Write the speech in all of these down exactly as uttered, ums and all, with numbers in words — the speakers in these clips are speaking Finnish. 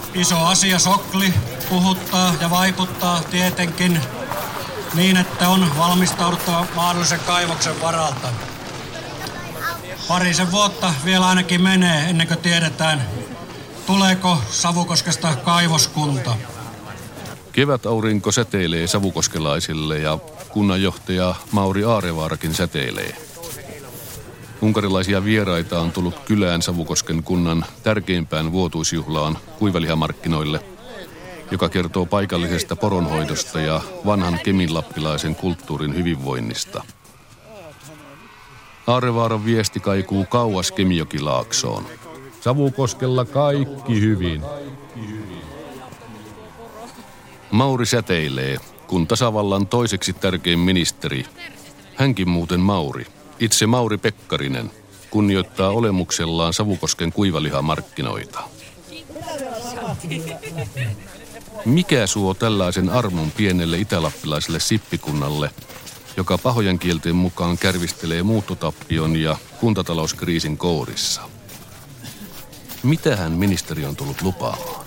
Iso asia Sokli puhuttaa ja vaikuttaa tietenkin niin, että on valmistauduttava mahdollisen kaivoksen varalta. Parisen vuotta vielä ainakin menee ennen kuin tiedetään, tuleeko Savukoskesta kaivoskunta. Kevätaurinko säteilee savukoskelaisille ja kunnanjohtaja Mauri Aarevaarakin säteilee. Unkarilaisia vieraita on tullut kylään Savukosken kunnan tärkeimpään vuotuisjuhlaan kuivalihamarkkinoille, joka kertoo paikallisesta poronhoidosta ja vanhan keminlappilaisen kulttuurin hyvinvoinnista. Aarevaaran viesti kaikuu kauas Kemijokilaaksoon. Savukoskella kaikki hyvin. Mauri säteilee, kun tasavallan toiseksi tärkein ministeri, hänkin muuten Mauri, itse Mauri Pekkarinen, kunnioittaa olemuksellaan Savukosken kuivalihamarkkinoita. Mikä suo tällaisen armon pienelle itälappilaiselle sippikunnalle, joka pahojen kielten mukaan kärvistelee muuttotappion ja kuntatalouskriisin kourissa? Mitähän ministeri on tullut lupaamaan?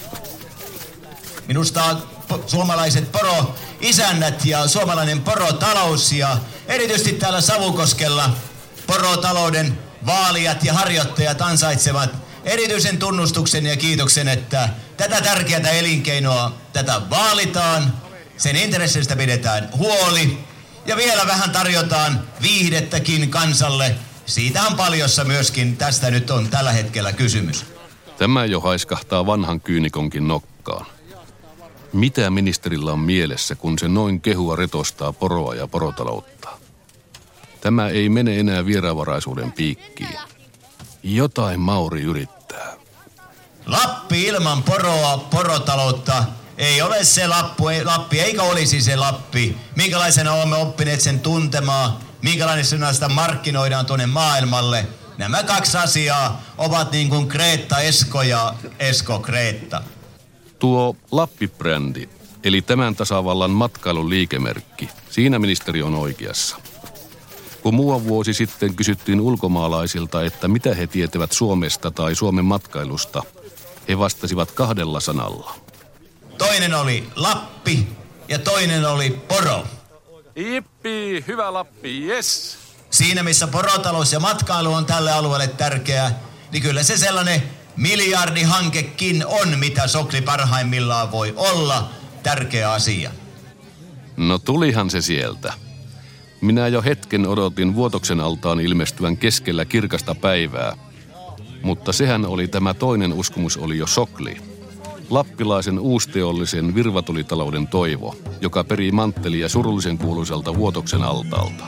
Minusta suomalaiset poroisännät ja suomalainen porotalous ja erityisesti täällä Savukoskella porotalouden vaalijat ja harjoittajat ansaitsevat erityisen tunnustuksen ja kiitoksen, että tätä tärkeää elinkeinoa tätä vaalitaan, sen intresseistä pidetään huoli ja vielä vähän tarjotaan viihdettäkin kansalle. Siitähän paljossa myöskin tästä nyt on tällä hetkellä kysymys. Tämä jo haiskahtaa vanhan kyynikonkin nokkaan. Mitä ministerillä on mielessä, kun se noin kehua retostaa poroa ja porotaloutta? Tämä ei mene enää vieraanvaraisuuden piikkiin. Jotain Mauri yrittää. Lappi ilman poroa, porotaloutta ei ole se lappu, ei, Lappi, eikä olisi se Lappi. Minkälaisena olemme oppineet sen tuntemaan, minkälaisena sitä markkinoidaan tuonne maailmalle. Nämä kaksi asiaa ovat niin kuin Kreetta Esko ja Esko Kreetta. Tuo Lappi-brändi, eli tämän tasavallan matkailun liikemerkki, siinä ministeri on oikeassa. Kun muun vuosi sitten kysyttiin ulkomaalaisilta, että mitä he tietävät Suomesta tai Suomen matkailusta, he vastasivat kahdella sanalla. Toinen oli Lappi ja toinen oli poro. Jippi, hyvä Lappi, yes. Siinä missä porotalous ja matkailu on tälle alueelle tärkeää, niin kyllä se sellainen miljardihankekin on, mitä Sokli parhaimmillaan voi olla, tärkeä asia. No tulihan se sieltä. Minä jo hetken odotin Vuotoksen altaan ilmestyvän keskellä kirkasta päivää, mutta sehän oli tämä toinen uskomus oli jo Sokli. Lappilaisen uusteollisen virvatulitalouden toivo, joka perii manttelia surullisen kuuluiselta Vuotoksen altaalta.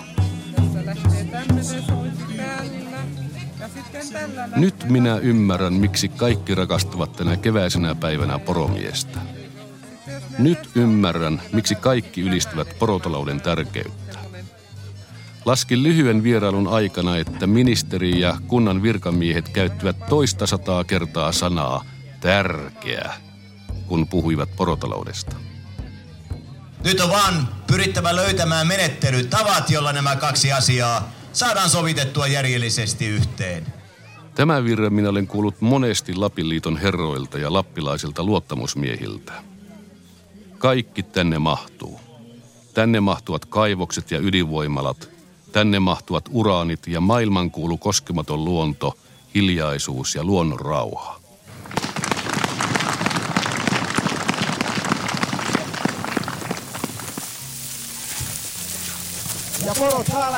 Nyt minä ymmärrän, miksi kaikki rakastavat tänä keväisenä päivänä poromiestä. Nyt ymmärrän, miksi kaikki ylistävät porotalouden tärkeyttä. Laskin lyhyen vierailun aikana, että ministeri ja kunnan virkamiehet käyttivät toista sataa kertaa sanaa tärkeä, kun puhuivat porotaloudesta. Nyt on vaan pyrittävä löytämään menettelytavat, jolla nämä kaksi asiaa saadaan sovitettua järjellisesti yhteen. Tämän virran minä olen kuullut monesti Lapin liiton herroilta ja lappilaisilta luottamusmiehiltä. Kaikki tänne mahtuu. Tänne mahtuvat kaivokset ja ydinvoimalat. Tänne mahtuvat uraanit ja maailmankuulu koskematon luonto, hiljaisuus ja luonnon rauha. Ja porot hääle!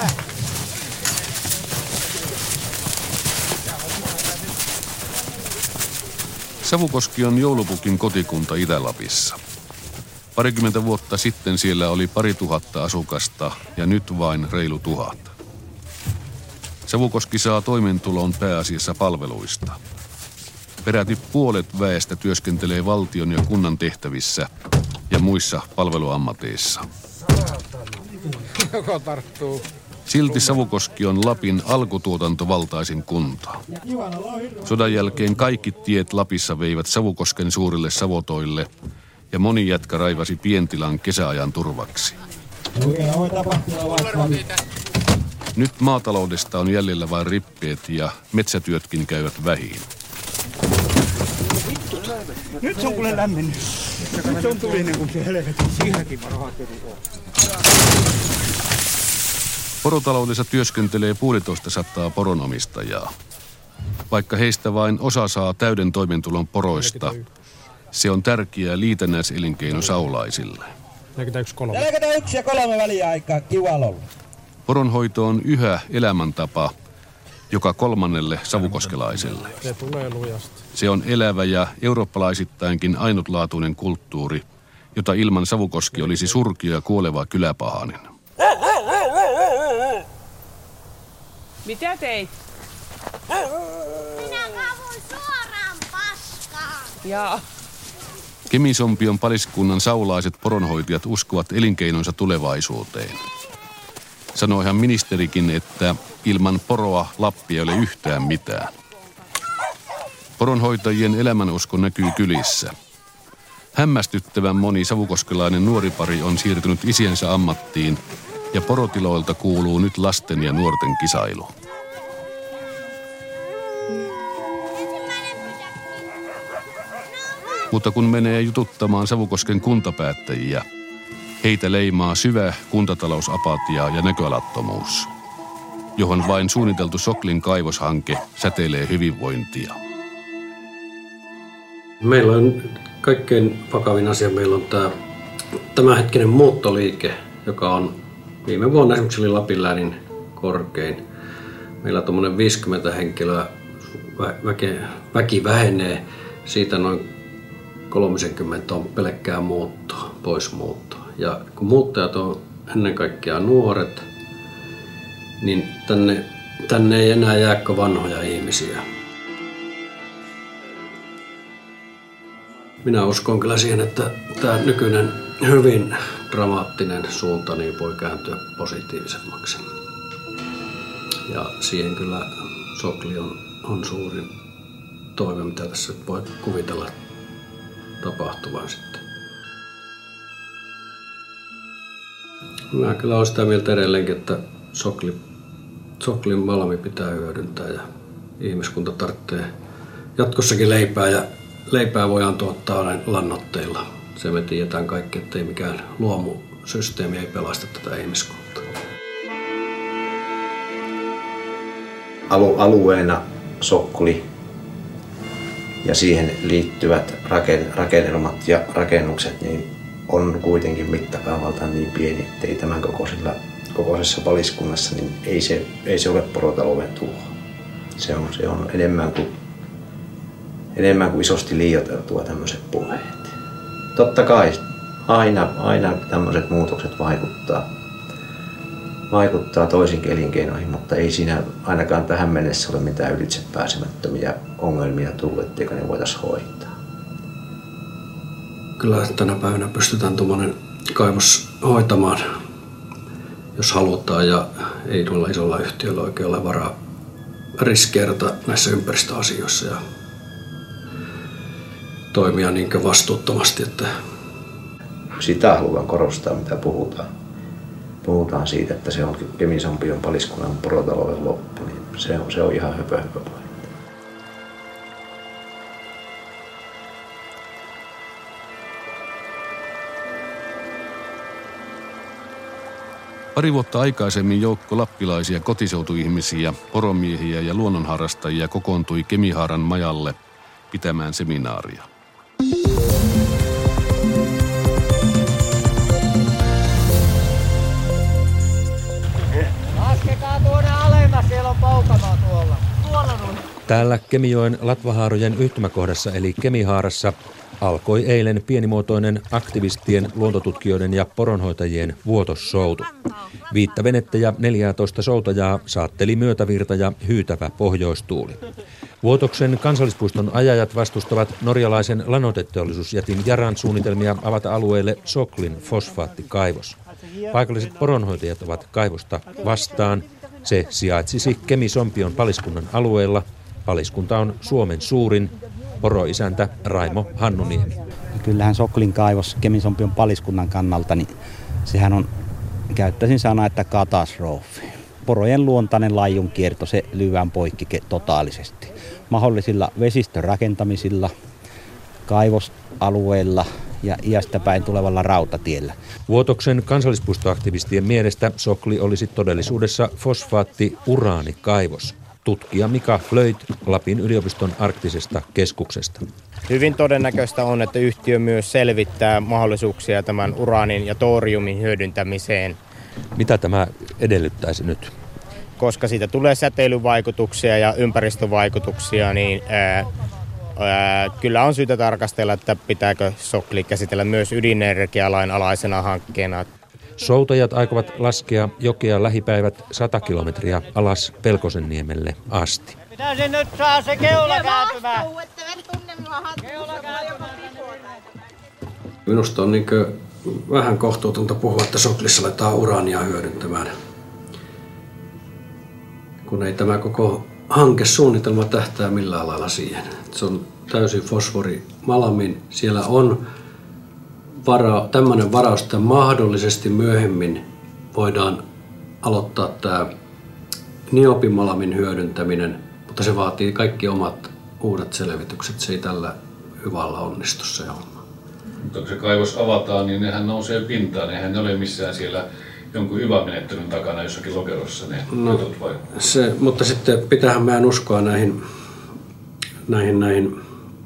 Savukoski on joulupukin kotikunta Itä-Lapissa. Parikymmentä vuotta sitten siellä oli pari tuhatta asukasta ja nyt vain reilu tuhat. Savukoski saa toimeentulon pääasiassa palveluista. Peräti puolet väestä työskentelee valtion ja kunnan tehtävissä ja muissa palveluammateissa. Joko tarttuu. Silti Savukoski on Lapin alkutuotantovaltaisin kunta. Sodan jälkeen kaikki tiet Lapissa veivät Savukosken suurille savotoille ja moni jätkä raivasi pientilan kesäajan turvaksi. Nyt maataloudesta on jäljellä vain rippeet ja metsätyötkin käyvät vähiin. Nyt se on kuule lämmennyt. Nyt se on tulinen, kun se helvetin siihenkin varhaat joku on. Porotaloudessa työskentelee puolitoista sataa poronomistajaa. Vaikka heistä vain osa saa täyden toimeentulon poroista, se on tärkeä liitännäiselinkeino saulaisille. neljäkymmentäyksi ja kolme väliaikaa Kivalolla. Poronhoito on yhä elämäntapa joka kolmannelle savukoskelaiselle. Se tulee lujasti. Se on elävä ja eurooppalaisittainkin ainutlaatuinen kulttuuri, jota ilman Savukoski olisi surkea ja kuoleva kyläpahanen. Mitä teit? Minä kaavuin suoraan paskaan. Jaa. Kemisompion paliskunnan saulaiset poronhoitajat uskovat elinkeinonsa tulevaisuuteen. Sanoihan ministerikin, että ilman poroa Lappi ei ole yhtään mitään. Poronhoitajien elämänusko näkyy kylissä. Hämmästyttävän moni savukoskelainen nuoripari on siirtynyt isiensä ammattiin ja porotiloilta kuuluu nyt lasten ja nuorten kisailu. Mutta kun menee jututtamaan Savukosken kuntapäättäjiä, heitä leimaa syvä kuntatalousapatia ja näköalattomuus, johon vain suunniteltu Soklin kaivoshanke säteilee hyvinvointia. Meillä on kaikkein vakavin asia, meillä on tämä tämänhetkinen muuttoliike, joka on viime vuonna esimerkiksi oli Lapin läänin korkein. Meillä tuommoinen viisikymmentä henkilöä väki, väki vähenee, siitä noin kolmekymmentä on pelkkää muuttoa, poismuuttoa. Ja kun muuttajat on ennen kaikkea nuoret, niin tänne, tänne ei enää jää vanhoja ihmisiä. Minä uskon kyllä siihen, että tämä nykyinen hyvin dramaattinen suunta niin voi kääntyä positiivisemmaksi. Ja siihen kyllä Sokli on, on suurin toive, mitä tässä voi kuvitella tapahtuvan sitten. Mä kyllä olen sitä mieltä edelleenkin, että Sokli, Soklin malmi pitää hyödyntää ja ihmiskunta tarvitsee jatkossakin leipää ja leipää voidaan tuottaa näin lannoitteilla. Se me tiedetään kaikki, että ei mikään luomusysteemi ei pelasta tätä ihmiskuntaa. Alu, alueena Sokli ja siihen liittyvät rakennelmat ja rakennukset niin on kuitenkin mittakaavaltaan niin pieni, että ei tämän kokoisella, kokoisessa paliskunnassa niin ei se, ei se ole porotalouden tuho. Se on, se on enemmän kuin Enemmän kuin isosti liioiteltua tämmöiset puheet. Totta kai aina, aina tämmöiset muutokset vaikuttaa, vaikuttaa toisinkin elinkeinoihin, mutta ei siinä ainakaan tähän mennessä ole mitään ylitsepääsemättömiä ongelmia tullut, etteikö ne voitaisiin hoitaa. Kyllä tänä päivänä pystytään tuommoinen kaivos hoitamaan, jos halutaan, ja ei tuolla isolla yhtiöllä oikein ole varaa riskeerata näissä ympäristöasioissa ja toimia niin vastuuttomasti, että sitä haluan korostaa, mitä puhutaan. Puhutaan siitä, että se on Kemisompion paliskunnan porotalouden loppu, niin se on, se on ihan höpö höpö. Pari vuotta aikaisemmin joukko lappilaisia kotiseutuihmisiä, poromiehiä ja luonnonharrastajia kokoontui Kemihaaran majalle pitämään seminaaria. Laskekaa tuonne alemmas, siellä on poukama tuolla. Tuolla noin. Täällä Kemijoen Latvahaarojen yhtymäkohdassa eli Kemihaarassa alkoi eilen pienimuotoinen aktivistien, luontotutkijoiden ja poronhoitajien vuotossoutu. Viittä venettä ja neljätoista soutajaa saatteli myötävirta ja hyytävä pohjoistuuli. Vuotoksen kansallispuiston ajajat vastustavat norjalaisen lannoiteteollisuusjätin Yaran suunnitelmia avata alueelle Soklin fosfaattikaivos. Paikalliset poronhoitajat ovat kaivosta vastaan. Se sijaitsisi Kemisompion paliskunnan alueella. Paliskunta on Suomen suurin. Poroisäntä Raimo Hannuniemi. Kyllähän Soklin kaivos Kemisompion paliskunnan kannalta, niin sehän on, käyttäisin sanaa, että katastrofi. Porojen luontainen laijunkierto, se lyödään poikki totaalisesti. Mahdollisilla vesistörakentamisilla kaivosalueella ja iästä päin tulevalla rautatiellä. Vuotoksen kansallispuistoaktivistien mielestä Sokli olisi todellisuudessa fosfaatti-uraanikaivos. Tutkija Mika Flöit Lapin yliopiston arktisesta keskuksesta. Hyvin todennäköistä on, että yhtiö myös selvittää mahdollisuuksia tämän uraanin ja toriumin hyödyntämiseen. Mitä tämä edellyttäisi nyt? Koska siitä tulee säteilyvaikutuksia ja ympäristövaikutuksia, niin ää, ää, kyllä on syytä tarkastella, että pitääkö Sokli käsitellä myös ydinenergialain alaisena hankkeena. Soutajat aikovat laskea jokea lähipäivät sata kilometriä alas Pelkosenniemelle asti. Mitä se nyt saa se keula kääntymään? Minusta on niin vähän kohtuutonta puhua, että Soklissa aletaan uraania hyödyntämään. Kun ei tämä koko hankesuunnitelma tähtää millään lailla siihen. Se on täysin fosforimalamin. Siellä on vara, tämmöinen varaus, että mahdollisesti myöhemmin voidaan aloittaa tämä niobimalamin hyödyntäminen, mutta se vaatii kaikki omat uudet selvitykset. Se ei tällä hyvällä onnistu se homma. Mutta kun se kaivos avataan, niin nehän nousee pintaan. Eihän ne ole missään siellä jonkun yva-menettelyn takana jossakin lokerossa ne no, jutut vai? Se, mutta sitten pitäähän meidän uskoa näihin, näihin, näihin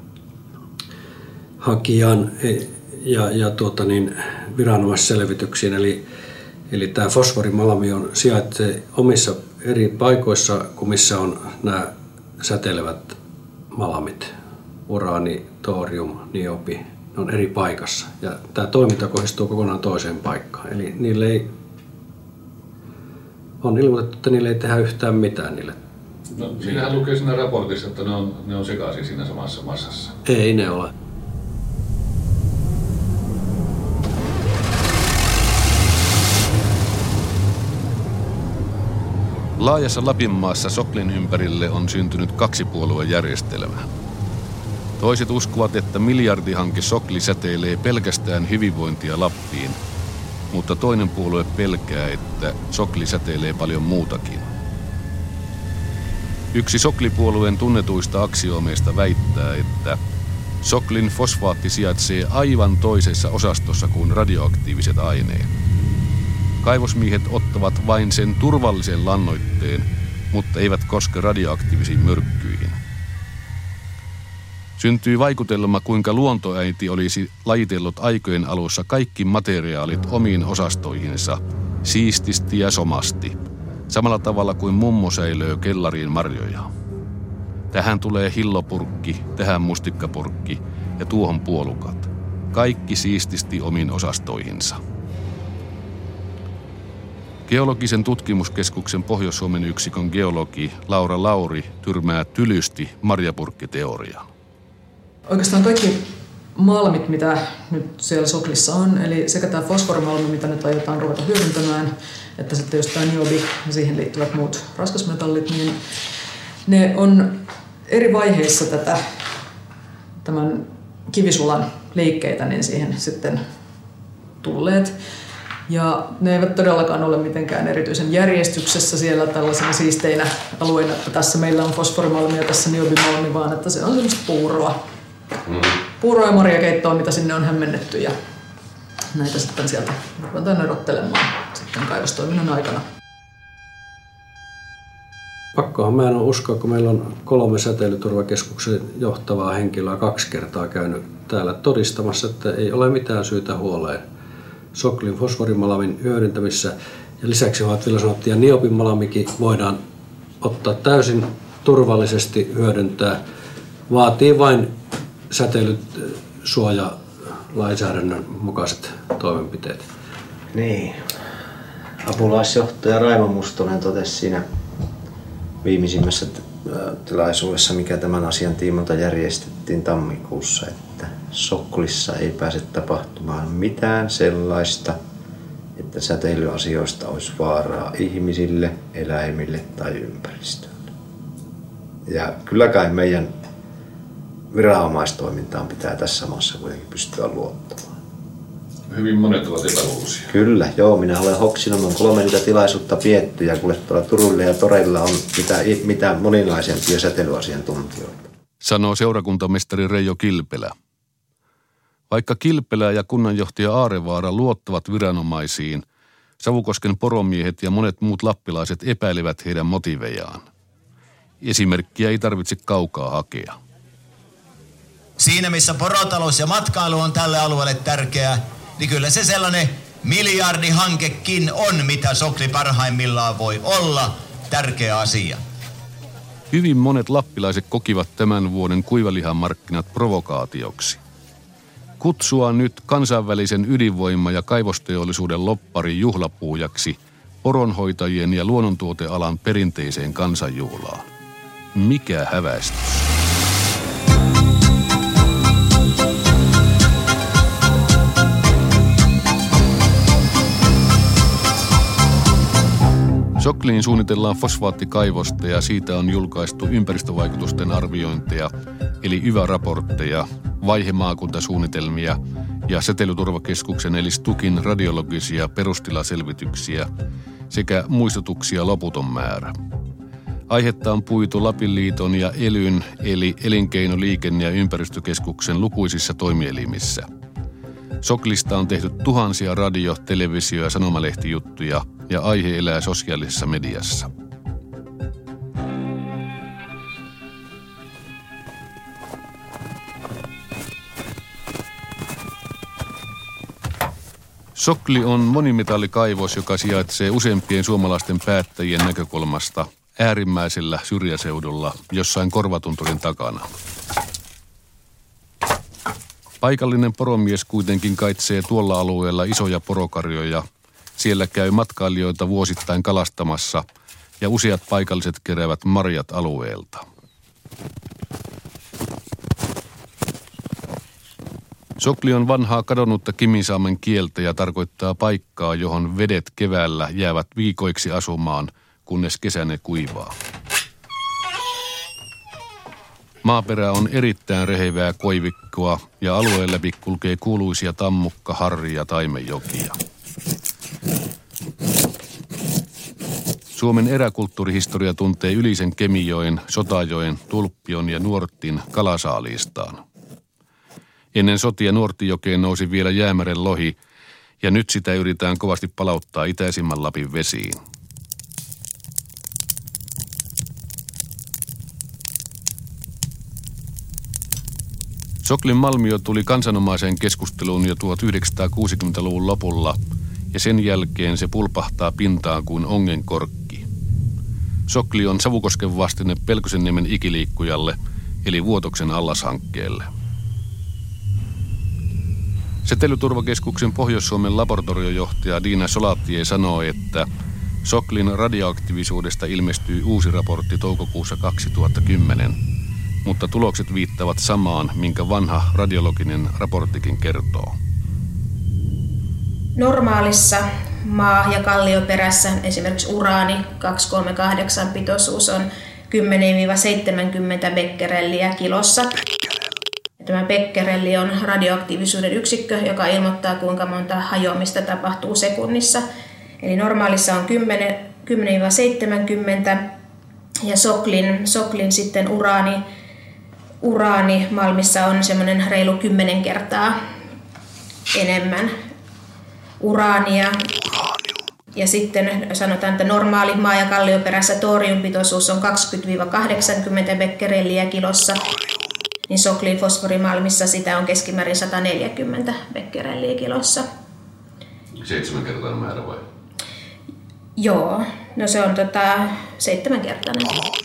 hakijan ja, ja tuota niin, viranomaisselvityksiin. Eli, eli tämä fosforimalmi on sijaitsee omissa eri paikoissa, kuin missä on nämä säteilevät malamit. Uraani, torium, niobi, ne on eri paikassa. Ja tämä toiminta kohdistuu kokonaan toiseen paikkaan. Eli niille ei, on ilmoitettu, että niille ei tehdä yhtään mitään niille. No, siinähän lukee siinä raportissa, että ne on, ne on sekaisin siinä samassa massassa. Ei ne ole. Laajassa Lapinmaassa Soklin ympärille on syntynyt kaksipuoluejärjestelmä. Toiset uskovat, että miljardihanke Sokli säteilee pelkästään hyvinvointia Lappiin, mutta toinen puolue pelkää, että Sokli säteilee paljon muutakin. Yksi Sokli-puolueen tunnetuista aksioomeista väittää, että Soklin fosfaatti sijaitsee aivan toisessa osastossa kuin radioaktiiviset aineet. Kaivosmiehet ottavat vain sen turvallisen lannoitteen, mutta eivät koske radioaktiivisiin myrkkyihin. Syntyy vaikutelma, kuinka luontoäiti olisi lajitellut aikojen alussa kaikki materiaalit omiin osastoihinsa, siististi ja somasti, samalla tavalla kuin mummo säilöö kellariin marjoja. Tähän tulee hillopurkki, tähän mustikkapurkki ja tuohon puolukat. Kaikki siististi omiin osastoihinsa. Geologisen tutkimuskeskuksen Pohjois-Suomen yksikön geologi Laura Lauri tyrmää tylysti marjapurkkiteoriaan. Oikeastaan kaikki malmit, mitä nyt siellä Soklissa on, eli sekä tämä fosforimalmi, mitä nyt aiotaan ruveta hyödyntämään, että sitten just tämä niobi ja siihen liittyvät muut raskasmetallit, niin ne on eri vaiheissa tätä tämän kivisulan liikkeitä niin siihen sitten tulleet. Ja ne eivät todellakaan ole mitenkään erityisen järjestyksessä siellä tällaisena siisteinä alueina, että tässä meillä on fosforimalmi ja tässä niobimalmi, vaan että se on semmoista puuroa. Mm. Puuroa ja marjakeittoa, mitä sinne on hämmennetty ja näitä sitten sieltä ruvetaan erottelemaan sitten kaivostoiminnan aikana. Pakkohan mä en ole uskoa, kun meillä on kolme säteilyturvakeskuksen johtavaa henkilöä kaksi kertaa käynyt täällä todistamassa, että ei ole mitään syytä huoleen Soklin fosforimalamin hyödyntämissä. Ja lisäksi ovat vielä sanottu, että niobin-malamikin voidaan ottaa täysin turvallisesti hyödyntää. Vaatii vain säteilysuojalainsäädännön mukaiset toimenpiteet. Niin. Apulaisjohtaja Raimo Mustonen totesi siinä viimeisimmässä tilaisuudessa, mikä tämän asian tiimoilta järjestettiin tammikuussa, että Soklissa ei pääse tapahtumaan mitään sellaista, että säteilyasioista olisi vaaraa ihmisille, eläimille tai ympäristölle. Ja kyllä kai meidän viranomaistoimintaan pitää tässä maassa kuitenkin pystyä luottamaan. Hyvin monet ovat epäluuloisia. Kyllä, joo. Minä olen hoksinut, on kolme niitä tilaisuutta pietty ja kuule tuolla Turulla ja Torilla on mitä, mitä moninaisempia säteilyasiantuntijoita. Sanoo seurakuntamestari Reijo Kilpelä. Vaikka Kilpelä ja kunnanjohtaja Aarevaara luottavat viranomaisiin, Savukosken poromiehet ja monet muut lappilaiset epäilevät heidän motivejaan. Esimerkkiä ei tarvitse kaukaa hakea. Siinä missä porotalous ja matkailu on tälle alueelle tärkeää, niin kyllä se sellainen miljardihankekin on, mitä Sokli parhaimmillaan voi olla tärkeä asia. Hyvin monet lappilaiset kokivat tämän vuoden kuivalihamarkkinat provokaatioksi. Kutsua nyt kansainvälisen ydinvoima- ja kaivosteollisuuden loppari juhlapuujaksi poronhoitajien ja luonnontuotealan perinteiseen kansanjuhlaan. Mikä häväistys? Sokliin suunnitellaan fosfaattikaivosta ja siitä on julkaistu ympäristövaikutusten arviointeja, eli Y V A-raportteja, vaihemaakuntasuunnitelmia ja Säteilyturvakeskuksen eli STUKin radiologisia perustilaselvityksiä sekä muistutuksia loputon määrä. Aihetta on puitu Lapin liiton ja ELYn eli Elinkeino-, liikenne- ja ympäristökeskuksen lukuisissa toimielimissä. Soklista on tehty tuhansia radio-, televisio- ja sanomalehtijuttuja ja aihe elää sosiaalisessa mediassa. Sokli on monimetallikaivos, joka sijaitsee useimpien suomalaisten päättäjien näkökulmasta äärimmäisellä syrjäseudulla jossain korvatunturin takana. Paikallinen poromies kuitenkin kaitsee tuolla alueella isoja porokarjoja. Siellä käy matkailijoita vuosittain kalastamassa ja useat paikalliset keräävät marjat alueelta. Sokli on vanhaa kadonnutta kimisaamen kieltä ja tarkoittaa paikkaa, johon vedet keväällä jäävät viikoiksi asumaan, kunnes kesänä kuivaa. Maaperä on erittäin rehevää koivikkoa ja alueen läpi kulkee kuuluisia tammukka-, harri- ja taimenjokia. Suomen eräkulttuurihistoria tuntee Ylisen Kemijoen, Sotajoen, Tulppion ja Nuortin kalasaaliistaan. Ennen sotia Nuortijokeen nousi vielä Jäämeren lohi ja nyt sitä yritetään kovasti palauttaa itäisimmän Lapin vesiin. Soklin malmio tuli kansanomaiseen keskusteluun jo tuhatyhdeksänsataakuusikymmentäluvun lopulla ja sen jälkeen se pulpahtaa pintaan kuin ongenkorkki. Sokli on Savukosken vastine Pelkosenniemen ikiliikkujalle eli Vuotoksen allashankkeelle. Säteilyturvakeskuksen Pohjois-Suomen laboratoriojohtaja Diina Solatie sanoo, että Soklin radioaktiivisuudesta ilmestyy uusi raportti toukokuussa kaksituhattakymmenen, mutta tulokset viittavat samaan, minkä vanha radiologinen raporttikin kertoo. Normaalissa maa- ja kallioperässä esimerkiksi uraani kaksisataakolmekymmentäkahdeksan pitoisuus on kymmenen seitsemänkymmentä becquerelliä kilossa. Tämä becquerelli on radioaktiivisuuden yksikkö, joka ilmoittaa, kuinka monta hajoamista tapahtuu sekunnissa. Eli normaalissa on kymmenen seitsemänkymmentä ja Soklin, Soklin sitten uraani, uraani malmissa on semmoinen reilu kymmenen kertaa enemmän uraania. Ja sitten sanotaan, että normaali maa- ja kallioperässä toriumpitoisuus on kaksikymmentä kahdeksankymmentä becquerelliä kilossa. Niin Soklin fosforimalmissa sitä on keskimäärin sata neljäkymmentä becquerelliä kilossa. Seitsemänkertainen määrä vai? Joo, no se on tota, seitsemänkertainen.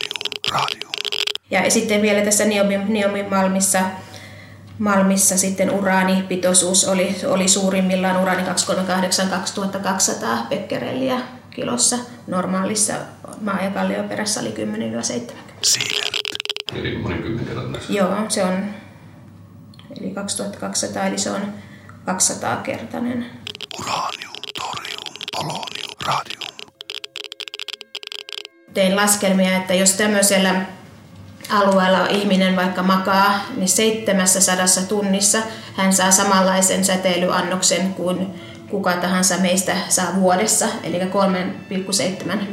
Ja sitten vielä tässä niobium, niobium-malmissa malmissa sitten uraanipitoisuus oli, oli suurimmillaan uraani kaksisataakolmekymmentäkahdeksan kaksituhattakaksisataa becquerelliä kilossa. Normaalissa maa- ja kallioperässä oli kymmenen seitsemänkymmentä. Eli monikymmenkertainen. Joo, se on eli kaksituhattakaksisataa, eli se on kaksisataa-kertainen. Uranium, torium, polonium, radium. Tein laskelmia, että jos tämmöisellä alueella ihminen vaikka makaa, niin seitsemässäsadassa tunnissa hän saa samanlaisen säteilyannoksen kuin kuka tahansa meistä saa vuodessa, eli kolme pilkku seitsemän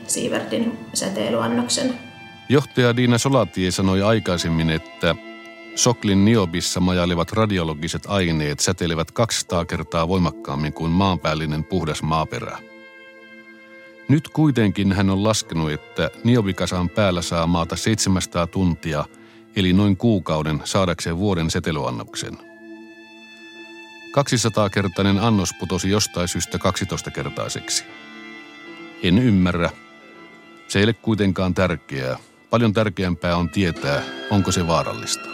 millisievertin säteilyannoksen. Johtaja Diina Solatie sanoi aikaisemmin, että Soklin niobissa majailevat radiologiset aineet säteilevät kaksisataa kertaa voimakkaammin kuin maanpäällinen puhdas maaperä. Nyt kuitenkin hän on laskenut, että niobikasan päällä saa maata seitsemänsataa tuntia, eli noin kuukauden saadakseen vuoden setelyannoksen. kaksisataa-kertainen annos putosi jostain syystä kaksitoista-kertaiseksi. En ymmärrä. Se ei ole kuitenkaan tärkeää. Paljon tärkeämpää on tietää, onko se vaarallista.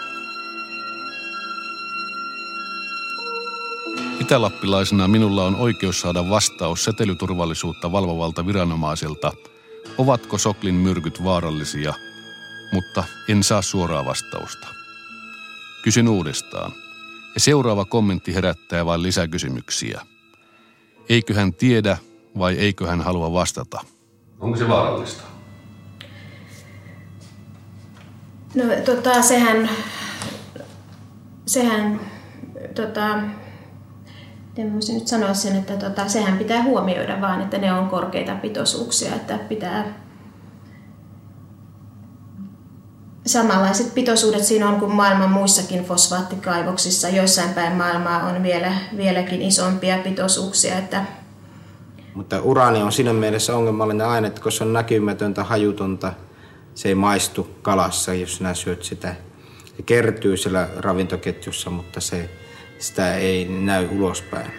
Itälappilaisena minulla on oikeus saada vastaus säteilyturvallisuutta valvovalta viranomaiselta, ovatko Soklin myrkyt vaarallisia, mutta en saa suoraa vastausta. Kysyn uudestaan, ja seuraava kommentti herättää vain lisäkysymyksiä. Eikö hän tiedä vai eikö hän halua vastata? Onko se vaarallista? No tota, sehän, sehän tota, en voisi nyt sanoa sen, että tota, sehän pitää huomioida vaan, että ne on korkeita pitoisuuksia, että pitää samanlaiset pitoisuudet siinä on kuin maailman muissakin fosfaattikaivoksissa. Joissain päin maailmaa on vielä, vieläkin isompia pitoisuuksia. Että Mutta uraani on siinä mielessä ongelmallinen aine, että kun se on näkymätöntä, hajutonta, se ei maistu kalassa, jos sinä syöt sitä. Se kertyy siellä ravintoketjussa, mutta se, sitä ei näy ulospäin.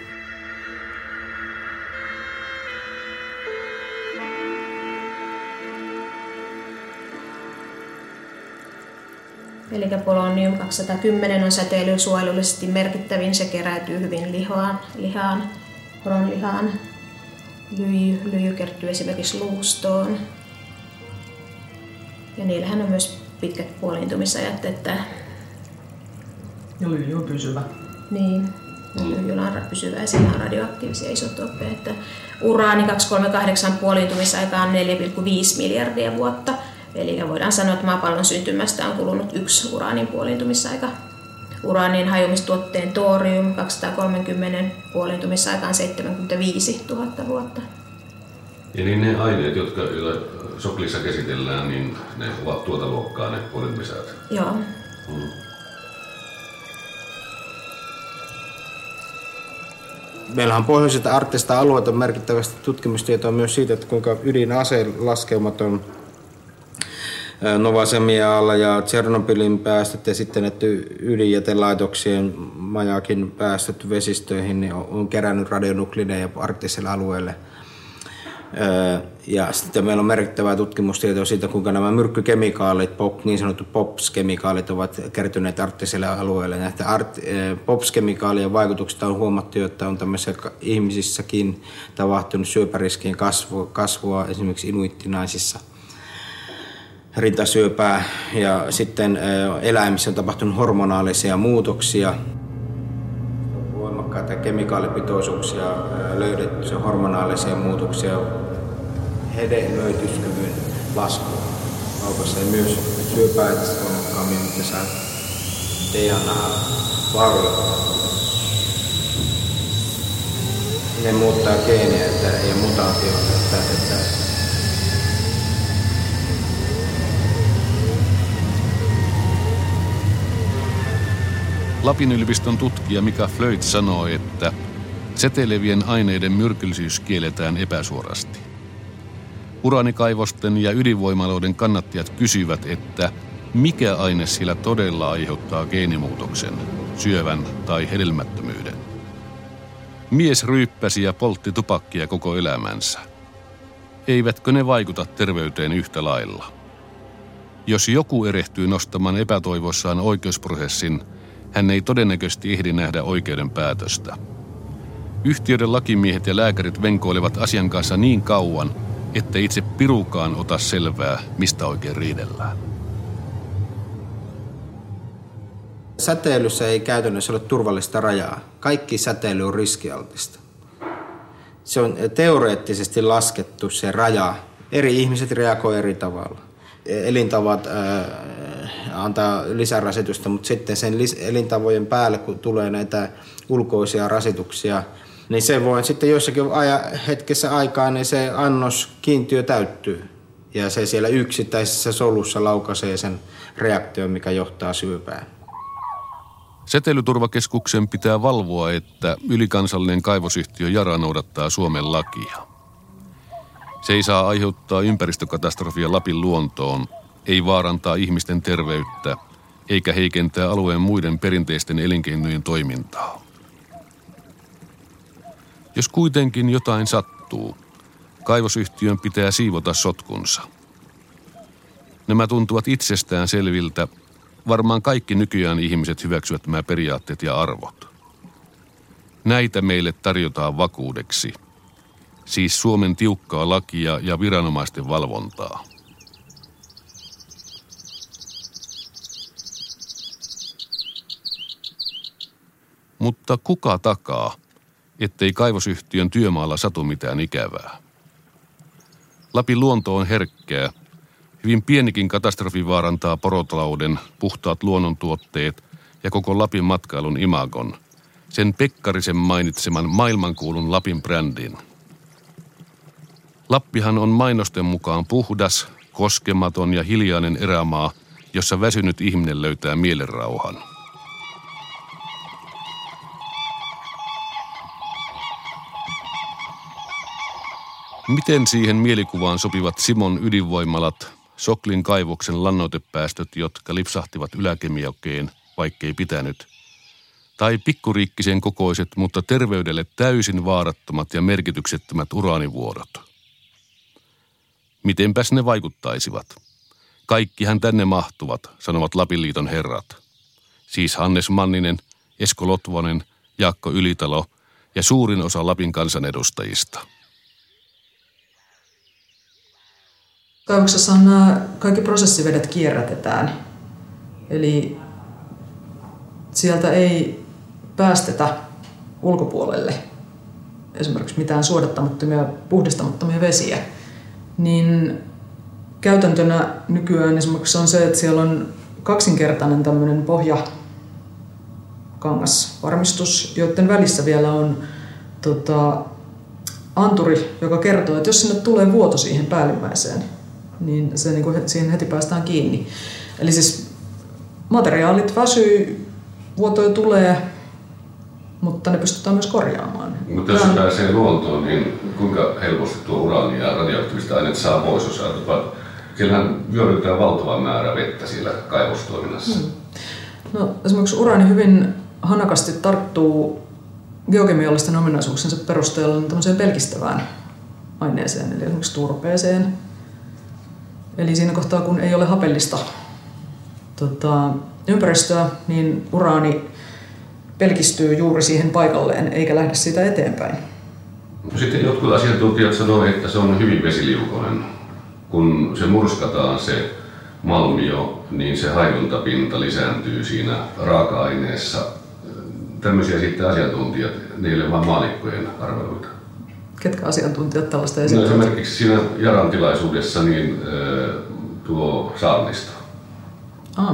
Eli polonium kaksisataakymmenen on säteilysuojelullisesti merkittävin. Se keräytyy hyvin lihaan, lihaan poronlihaan. Lyijy, lyijy kertyy esimerkiksi luustoon. Ja niillähän on myös pitkät puoliintumisajat. Että ja lyijy on pysyvä. Niin, lyijyllä on pysyvä ja sillä on radioaktiivisia isotooppeja. Että uraani kaksisataakolmekymmentäkahdeksan puoliintumisaika on neljä pilkku viisi miljardia vuotta. Eli voidaan sanoa, että maapallon syntymästä on kulunut yksi uraanin puoliintumisaika. Uraanin hajoamistuotteen torium kaksisataakolmekymmentä puoliintumisaika on seitsemänkymmentäviisituhatta vuotta. Eli ne aineet, jotka Soklissa käsitellään, niin ne ovat tuota luokkaa ne puoliintumisajat? Joo. Hmm. Meillähän pohjoisilta arktista alueelta on merkittävästi tutkimustietoa myös siitä, että kuinka ydinaseen laskeumaton Novosemialla ja Tšernobylin päästöt ja sitten että ydinjätelaitoksien majakin päästöt vesistöihin niin on kerännyt radionuklideja arktiselle alueelle. Ja sitten meillä on merkittävää tutkimustietoa siitä, kuinka nämä myrkkykemikaalit, niin sanotut P O P S-kemikaalit ovat kertyneet arktiselle alueelle. Näitä P O P S-kemikaalien vaikutuksista on huomattu, että on tämmöisissä ihmisissäkin tapahtunut syöpäriskien kasvua, kasvua esimerkiksi inuittinaisissa. Rintasyöpää ja sitten eläimissä on tapahtunut hormonaalisia muutoksia. Voimakkaita kemikaalipitoisuuksia löydetty, hormonaalisia muutoksia, hedelmöityskyvyn laskua. Kaupassa ei myös syöpää voimakkaammin, mutta saa D N A-vaurioita. Ne muuttaa geenejä, että ei ole mutaatioita. Että, että Lapin yliopiston tutkija Mika Flöit sanoo, että seteilevien aineiden myrkyllisyys kielletään epäsuorasti. Uraanikaivosten ja ydinvoimaloiden kannattajat kysyvät, että mikä aine sillä todella aiheuttaa geenimuutoksen, syövän tai hedelmättömyyden. Mies ryyppäsi ja poltti tupakkia koko elämänsä. Eivätkö ne vaikuta terveyteen yhtä lailla? Jos joku erehtyy nostamaan epätoivoissaan oikeusprosessin, hän ei todennäköisesti ehdi nähdä oikeuden päätöstä. Yhtiöiden lakimiehet ja lääkärit venkoilevat asian kanssa niin kauan, ettei itse pirukaan ota selvää, mistä oikein riidellään. Säteilyssä ei käytännössä ole turvallista rajaa. Kaikki säteily on riskialtista. Se on teoreettisesti laskettu se raja. Eri ihmiset reagoivat eri tavalla. Elintavat äh, antaa lisärasitusta, mutta sitten sen lis- elintavojen päälle, kun tulee näitä ulkoisia rasituksia, niin se voi sitten jossakin aja, hetkessä aikaa, niin se annos kiintiö täyttyy. Ja se siellä yksittäisessä solussa laukaisee sen reaktion, mikä johtaa syöpään. Säteilyturvakeskuksen pitää valvoa, että ylikansallinen kaivosyhtiö Yara noudattaa Suomen lakia. Se ei saa aiheuttaa ympäristökatastrofia Lapin luontoon, ei vaarantaa ihmisten terveyttä, eikä heikentää alueen muiden perinteisten elinkeinojen toimintaa. Jos kuitenkin jotain sattuu, kaivosyhtiön pitää siivota sotkunsa. Nämä tuntuvat itsestään selviltä. Varmaan kaikki nykyään ihmiset hyväksyvät nämä periaatteet ja arvot. Näitä meille tarjotaan vakuudeksi. Siis Suomen tiukkaa lakia ja viranomaisten valvontaa. Mutta kuka takaa, ettei kaivosyhtiön työmaalla satu mitään ikävää? Lapin luonto on herkkää. Hyvin pienikin katastrofi vaarantaa porotalouden, puhtaat luonnontuotteet ja koko Lapin matkailun imagon, sen Pekkarisen mainitseman maailmankuulun Lapin brändin. Lappihan on mainosten mukaan puhdas, koskematon ja hiljainen erämaa, jossa väsynyt ihminen löytää mielenrauhan. Miten siihen mielikuvaan sopivat Simon ydinvoimalat, Soklin kaivoksen lannoitepäästöt, jotka lipsahtivat Yläkemijokeen, vaikkei pitänyt, tai pikkuriikkisen kokoiset, mutta terveydelle täysin vaarattomat ja merkityksettömät uraanivuodot? Mitenpäs ne vaikuttaisivat? Kaikkihan tänne mahtuvat, sanovat Lapinliiton herrat. Siis Hannes Manninen, Esko Lotvonen, Jaakko Ylitalo ja suurin osa Lapin kansanedustajista. Kaivoksessahan nämä kaikki prosessivedet kierrätetään. Eli sieltä ei päästetä ulkopuolelle esimerkiksi mitään suodattamattomia, puhdistamattomia vesiä. Niin käytäntönä nykyään esimerkiksi on se, että siellä on kaksinkertainen tämmöinen pohjakangasvarmistus, joiden välissä vielä on tota, anturi, joka kertoo, että jos sinne tulee vuoto siihen päällimmäiseen, niin se, niin kuin, siihen heti päästään kiinni. Eli siis materiaalit väsyy, vuotoja tulee, mutta ne pystytään myös korjaamaan. Mutta jos se pääsee luontoon, niin kuinka helposti tuo uraani ja radioaktiivista aineita saa pois, jos ajatellaan? Siellähän vyörytään valtava määrä vettä siellä kaivostoiminnassa. Hmm. No, esimerkiksi uraani hyvin hanakasti tarttuu geokemiallisten ominaisuuksensa perusteella tämmöiseen pelkistävään aineeseen, eli esimerkiksi turpeeseen. Eli siinä kohtaa, kun ei ole hapellista tota, ympäristöä, niin uraani pelkistyy juuri siihen paikalleen, eikä lähde siitä eteenpäin. Sitten jotkut asiantuntijat sanovat, että se on hyvin vesiliukoinen. Kun se murskataan se malmio, niin se haiduntapinta lisääntyy siinä raaka-aineessa. Tämmöisiä sitten asiantuntijat, niille vaan maalikkojen arveluita. Ketkä asiantuntijat tällaista esittävät? No esimerkiksi siinä Yaran tilaisuudessa niin, tuo Saarnisto. Ah.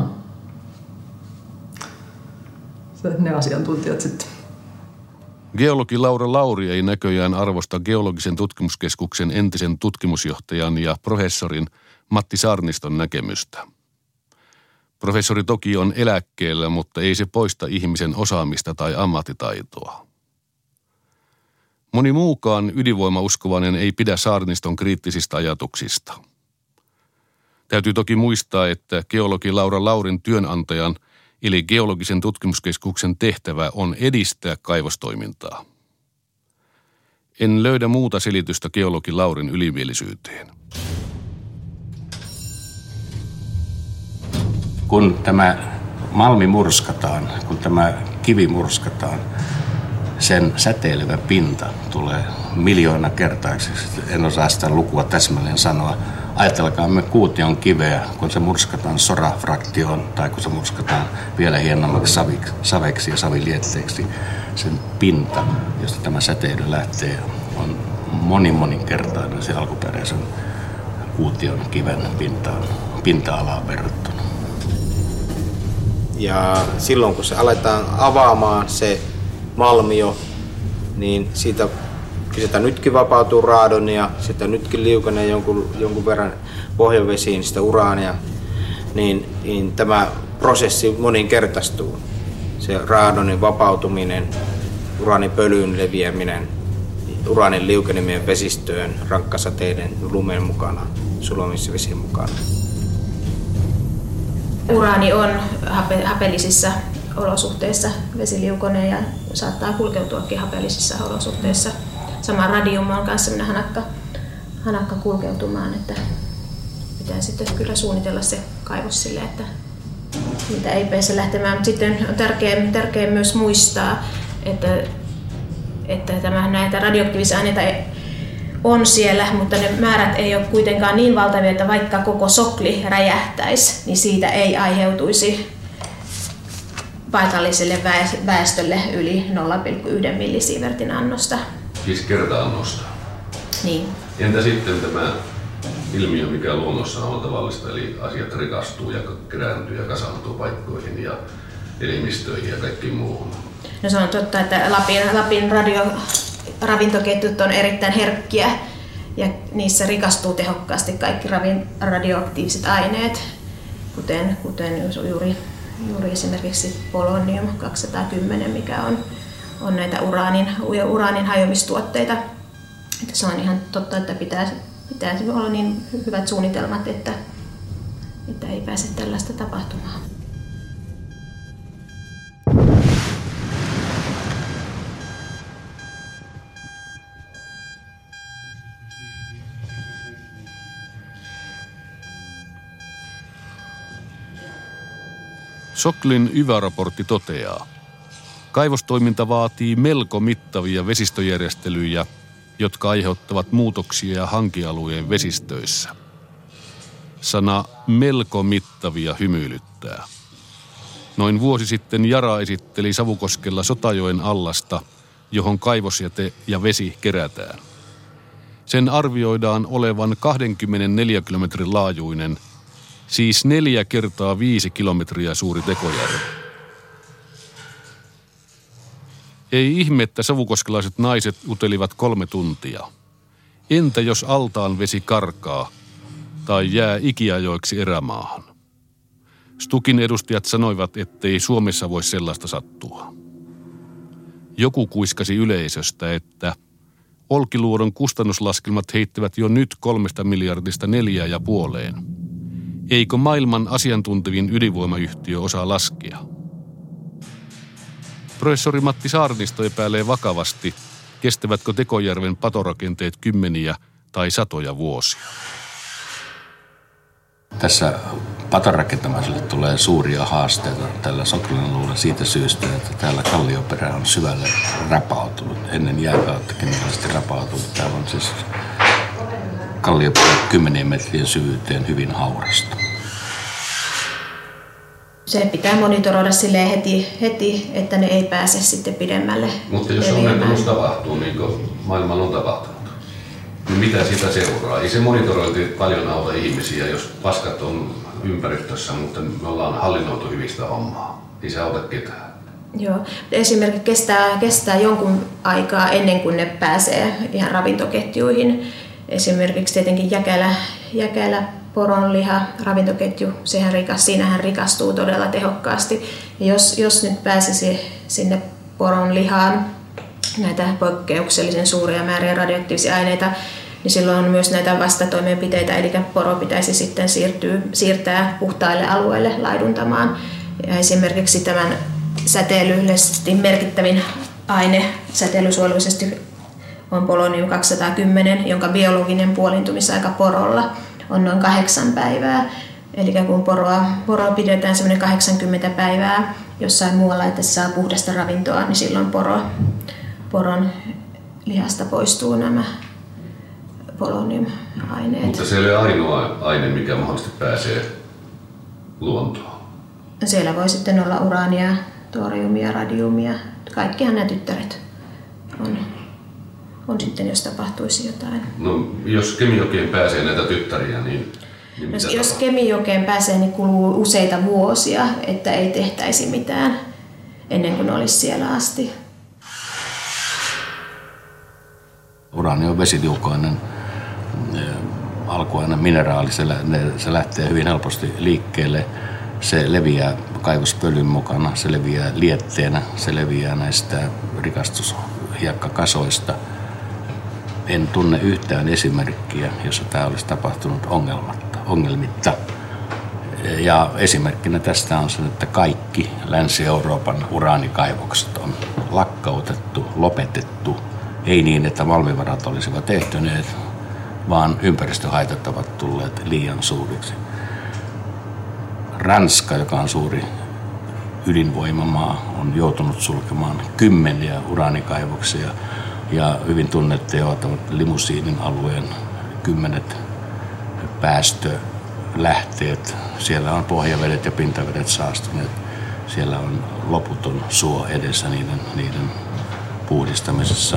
Ne asiantuntijat sitten. Geologi Laura Lauri ei näköjään arvosta Geologisen tutkimuskeskuksen entisen tutkimusjohtajan ja professorin Matti Saarniston näkemystä. Professori toki on eläkkeellä, mutta ei se poista ihmisen osaamista tai ammattitaitoa. Moni muukaan ydinvoimauskovainen ei pidä Saarniston kriittisistä ajatuksista. Täytyy toki muistaa, että geologi Laura Laurin työnantajan eli Geologisen tutkimuskeskuksen tehtävä on edistää kaivostoimintaa. En löydä muuta selitystä geologi Laurin ylimielisyyteen. Kun tämä malmi murskataan, kun tämä kivi murskataan, sen säteilevä pinta tulee miljoona kertaiseksi. En osaa sitä lukua täsmälleen sanoa. Ajatelkaamme kuution kiveä, kun se murskataan sorafraktioon tai kun se murskataan vielä hienommaksi saveksi ja savilietteeksi. Sen pinta, josta tämä säteily lähtee, on monimoninkertainen se alkuperäisen kuution kiven pintaan, pinta-alaan verrattuna. Ja silloin kun se aletaan avaamaan se malmio, niin siitä Sitä nytkin vapautuu raadonia, sitä nytkin liukenee jonkun, jonkun verran pohjavesiin sitä uraania, niin, niin tämä prosessi moninkertaistuu. Se raadonin vapautuminen, uraanipölyn leviäminen, uraanin liukeneminen vesistöön, rankkasateiden lumen mukana, sulamisvesien mukana. Uraani on hape, hapeellisissa olosuhteissa vesiliukonen ja saattaa kulkeutuakin hapeellisissa olosuhteissa. Sama radium on myös sellainen hanakka, hanakka kulkeutumaan, että pitää sitten kyllä suunnitella se kaivos sille, että niitä ei pääse lähtemään. Mutta sitten on tärkeää, tärkeää myös muistaa, että, että tämä, näitä radioaktiivisia aineita on siellä, mutta ne määrät ei ole kuitenkaan niin valtavia, että vaikka koko sokli räjähtäisi, niin siitä ei aiheutuisi paikalliselle väestölle yli nolla pilkku yksi millisievertin annosta. Siis kerta-annosta. Niin. Entä sitten tämä ilmiö, mikä luonnossa on tavallista, eli asiat rikastuu ja kerääntyy ja kasaantuu paikkoihin ja elimistöihin ja kaikkiin muuhun? No se on totta, että Lapin, Lapin radio, ravintoketjut on erittäin herkkiä ja niissä rikastuu tehokkaasti kaikki ravin, radioaktiiviset aineet, kuten, kuten juuri, juuri esimerkiksi polonium kaksisataakymmenen, mikä on, on näitä uraanin, uraanin hajoamistuotteita. Että se on ihan totta, että pitää, pitää olla niin hyvät suunnitelmat, että, että ei pääse tällaista tapahtumaan. Soklin Y V A-raportti toteaa, kaivostoiminta vaatii melko mittavia vesistöjärjestelyjä, jotka aiheuttavat muutoksia hankialueen vesistöissä. Sana melko mittavia hymyilyttää. Noin vuosi sitten Yara esitteli Savukoskella Sotajoen allasta, johon kaivosjäte ja vesi kerätään. Sen arvioidaan olevan kaksikymmentäneljä kilometrin laajuinen, siis neljä kertaa viisi kilometriä suuri tekojärvi. Ei ihme, että savukoskelaiset naiset utelivat kolme tuntia. Entä jos altaan vesi karkaa tai jää ikiajoiksi erämaahan? Stukin edustajat sanoivat, ettei Suomessa voi sellaista sattua. Joku kuiskasi yleisöstä, että Olkiluodon kustannuslaskelmat heittävät jo nyt kolmesta miljardista neljää ja puoleen. Eikö maailman asiantuntevin ydinvoimayhtiö osaa laskea? Professori Matti Saarnisto epäilee vakavasti, kestävätkö Tekojärven patorakenteet kymmeniä tai satoja vuosia. Tässä patorakentamiselle tulee suuria haasteita tällä Soklin alueella siitä syystä, että täällä kallioperä on syvälle rapautunut. Ennen jääkautta kemiallisesti rapautunut. Täällä on siis kallioperä kymmenien metrien syvyyteen hyvin haurasta. Se pitää monitoroida silleen heti, heti, että ne ei pääse sitten pidemmälle. Mutta jos onnettomuus tapahtuu, niin kuin maailmalla on tapahtunut, niin mitä siitä seuraa? Ei se monitorointi paljon auta ihmisiä, jos paskat on ympäristössä, mutta me ollaan hallinnoitu hyvistä hommaa. Ei se auta ketään. Joo. Esimerkiksi kestää, kestää jonkun aikaa ennen kuin ne pääsee ihan ravintoketjuihin. Esimerkiksi tietenkin jäkälä, jäkälä poronliha, ravintoketju, sehän rikas, siinähän rikastuu todella tehokkaasti. Ja jos, jos nyt pääsisi sinne poronlihaan näitä poikkeuksellisen suuria määriä radioaktiivisia aineita, niin silloin on myös näitä vastatoimenpiteitä, eli poro pitäisi sitten siirtyä, siirtää puhtaille alueille laiduntamaan. Ja esimerkiksi tämän säteilyllisesti merkittävin aine säteilysuojelullisesti on polonium kaksisataakymmenen, jonka biologinen puoliintumisaika porolla on noin kahdeksan päivää. Eli kun poroa, poroa pidetään semmoinen kahdeksankymmentä päivää jossain muualla, että se saa puhdasta ravintoa, niin silloin poro, poron lihasta poistuu nämä polonium-aineet. Mutta se ei ole ainoa aine, mikä mahdollisesti pääsee luontoon. Siellä voi sitten olla uraania, toriumia, radiumia. Kaikkihan nämä tyttäret on, on sitten, jos tapahtuisi jotain. No, jos Kemijokeen pääsee näitä tyttäriä, niin, niin mitä Jos Kemijokeen pääsee, niin kuluu useita vuosia, että ei tehtäisi mitään ennen kuin olisi siellä asti. Uraani on vesiliukoinen alkuaine mineraali, se, se lähtee hyvin helposti liikkeelle. Se leviää kaivospölyn mukana, se leviää lietteenä, se leviää näistä rikastushiekkakasoista. En tunne yhtään esimerkkiä, jossa tämä olisi tapahtunut ongelmatta, ongelmitta. Ja esimerkkinä tästä on se, että kaikki Länsi-Euroopan uraanikaivokset on lakkautettu, lopetettu. Ei niin, että malmivarat olisivat ehtyneet, vaan ympäristöhaitat ovat tulleet liian suuriksi. Ranska, joka on suuri ydinvoimamaa, on joutunut sulkemaan kymmeniä uraanikaivoksia ja hyvin tunnettuja ovat Limusiinin alueen kymmenet päästölähteet. Siellä on pohjavedet ja pintavedet saastuneet. Siellä on loputon suo edessä niiden, niiden puhdistamisessa.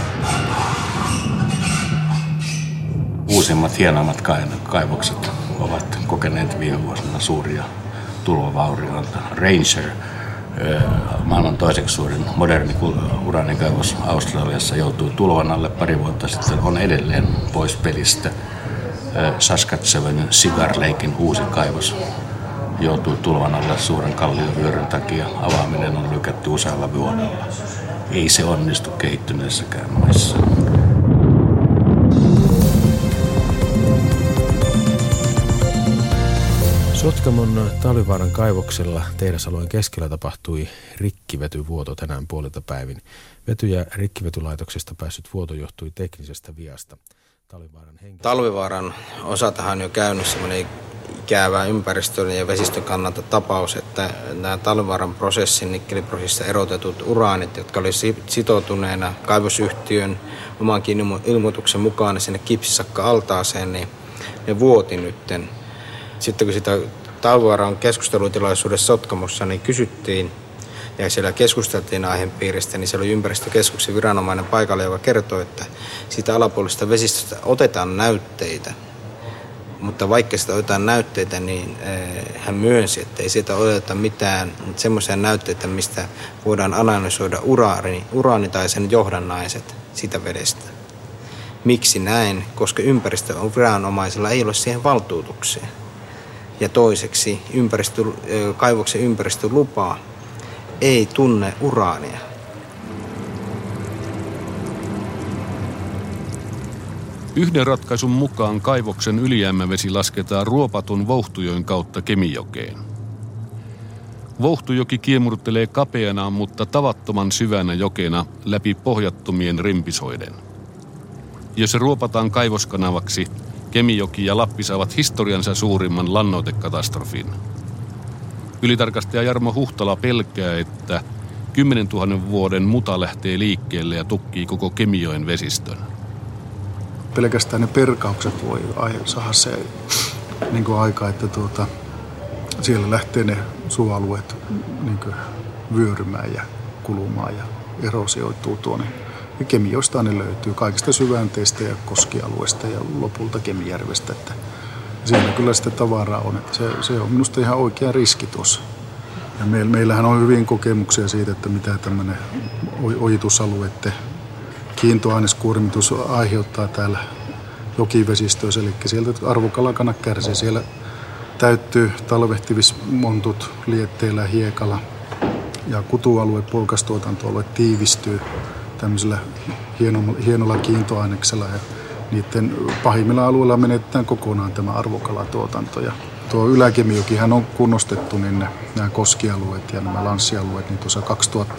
Uusimmat, hienommat kaivokset ovat kokeneet viime vuosina suuria tulvavaurioita. Ranger, maailman toiseksi suurin moderni uraanikaivos Australiassa, joutui tulvan alle pari vuotta sitten, on edelleen pois pelistä. Saskatchewanin Cigar Laken uusi kaivos joutui tulvan alle suuren kalliovyöryn takia. Avaaminen on lykätty usealla vuodella. Ei se onnistu kehittyneissäkään maissa. Sotkamon Talvivaaran kaivoksella tehdasalueen keskellä tapahtui rikkivetyvuoto tänään puolilta päivin. Vety- ja rikkivetylaitoksesta päässyt vuoto johtui teknisestä viasta. Talvivaaran, henki... Talvivaaran osaltahan on jo käynyt semmoinen ikävä ympäristön ja vesistön kannalta tapaus, että nämä Talvivaaran prosessin, nikkeliprosessissa erotetut uraanit, jotka oli sitoutuneena kaivosyhtiön omankin ilmoituksen mukaan sinne kipsisakka-altaaseen, niin ne vuoti nytten. Sitten kun sitä Talvivaaran keskustelutilaisuudessa Sotkamossa niin kysyttiin ja siellä keskusteltiin aihepiiristä, niin siellä oli ympäristökeskuksen viranomainen paikalla, joka kertoi, että siitä alapuolisesta vesistöstä otetaan näytteitä. Mutta vaikka sitä otetaan näytteitä, niin hän myönsi, että ei siitä oteta mitään semmoisia näytteitä, mistä voidaan analysoida uraani, uraani tai sen johdannaiset sitä vedestä. Miksi näin? Koska ympäristöviranomaisilla ei ole siihen valtuutuksia. Ja toiseksi ympäristö, kaivoksen ympäristölupaa ei tunne uraania. Yhden ratkaisun mukaan kaivoksen ylijäämävesi lasketaan ruopatun Vouhtujoen kautta Kemijokeen. Vouhtujoki kiemurtelee kapeana, mutta tavattoman syvänä jokena läpi pohjattomien rimpisoiden. Jos se ruopataan kaivoskanavaksi, Kemijoki ja Lappi saavat historiansa suurimman lannoitekatastrofin. Ylitarkastaja Jarmo Huhtala pelkää, että kymmenentuhannen vuoden muta lähtee liikkeelle ja tukkii koko Kemijoen vesistön. Pelkästään ne perkaukset voi saada se niin kuin aika, että tuota, siellä lähtee ne suoalueet niin kuin vyörymään ja kulumaan ja erosioituu tuonne. Ja Kemijoesta ne löytyy kaikista syvänteistä ja koskialueista ja lopulta Kemijärvestä. Että siinä kyllä sitä tavaraa on. Että se, se on minusta ihan oikea riski tuossa. Ja me, meillähän on hyvin kokemuksia siitä, että mitä tämmöinen ojitusalueiden kiintoaineskuormitus aiheuttaa täällä jokivesistöissä. Eli sieltä arvokalakannat kärsii. Siellä täyttyy talvehtivismontut lietteillä ja hiekalla. Ja kutualue, poikastuotantoalue tiivistyy tämmöisellä hienolla, hienolla kiintoaineksella. Ja niiden pahimmilla alueilla menetetään kokonaan tämä arvokalatuotanto. Ja tuo Ylä-Kemijokihan on kunnostettu, niin nämä koskialueet ja nämä lanssialueet niin tuossa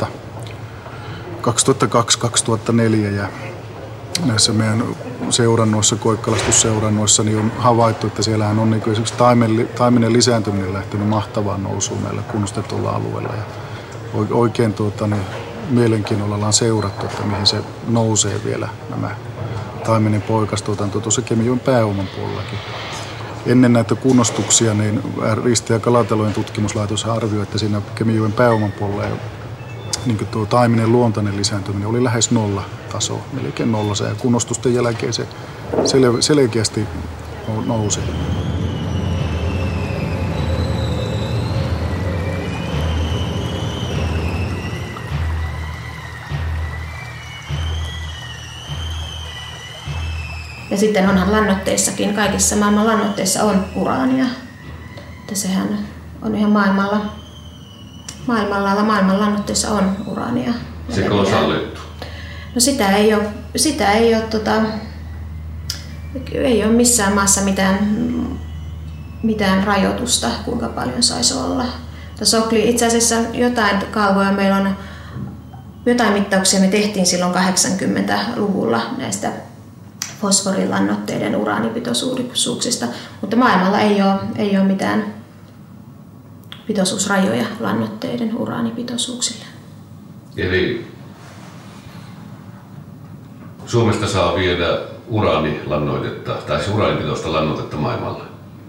kaksituhattakaksi kaksituhattaneljä ja näissä meidän seurannoissa, koekalastusseurannoissa, niin on havaittu, että siellähän on niin esimerkiksi taimen, taimenen lisääntyminen lähtenyt mahtavaan nousuun näillä kunnostetulla alueella. Ja oikein tuota, niin mielenkiinnolla ollaan seurattu, että mihin se nousee vielä nämä taimenen poikastuotanto tuossa Kemijoen pääuman puolellakin. Ennen näitä kunnostuksia niin Riista- ja Kalatalojen tutkimuslaitos arvioi, että siinä Kemijoen pääuman puolella niin tuo taiminen luontainen lisääntyminen oli lähes nolla taso, melkein nolla. Ja kunnostusten jälkeen se sel- selkeästi nousi. Ja sitten onhan lannoitteissakin, kaikissa maailman lannoitteissa on uraania. Että sehän on ihan maailmalla, maailmalla, maailman lannoitteissa on uraania. Sekö on sallittu? No sitä ei ole, sitä ei ole, tota, ei ole missään maassa mitään, mitään rajoitusta, kuinka paljon saisi olla. Sokli, itse asiassa jotain kalvoja meillä on, jotain mittauksia me tehtiin silloin kahdeksankymmentäluvulla näistä fosforilannoitteiden uraanipitoisuuksista, mutta maailmalla ei ole, ei ole mitään pitoisuusrajoja lannoitteiden uraanipitoisuuksille. Eli Suomesta saa viedä uraanilannoitetta tai siis uraanipitoista lannoitetta maailmalle?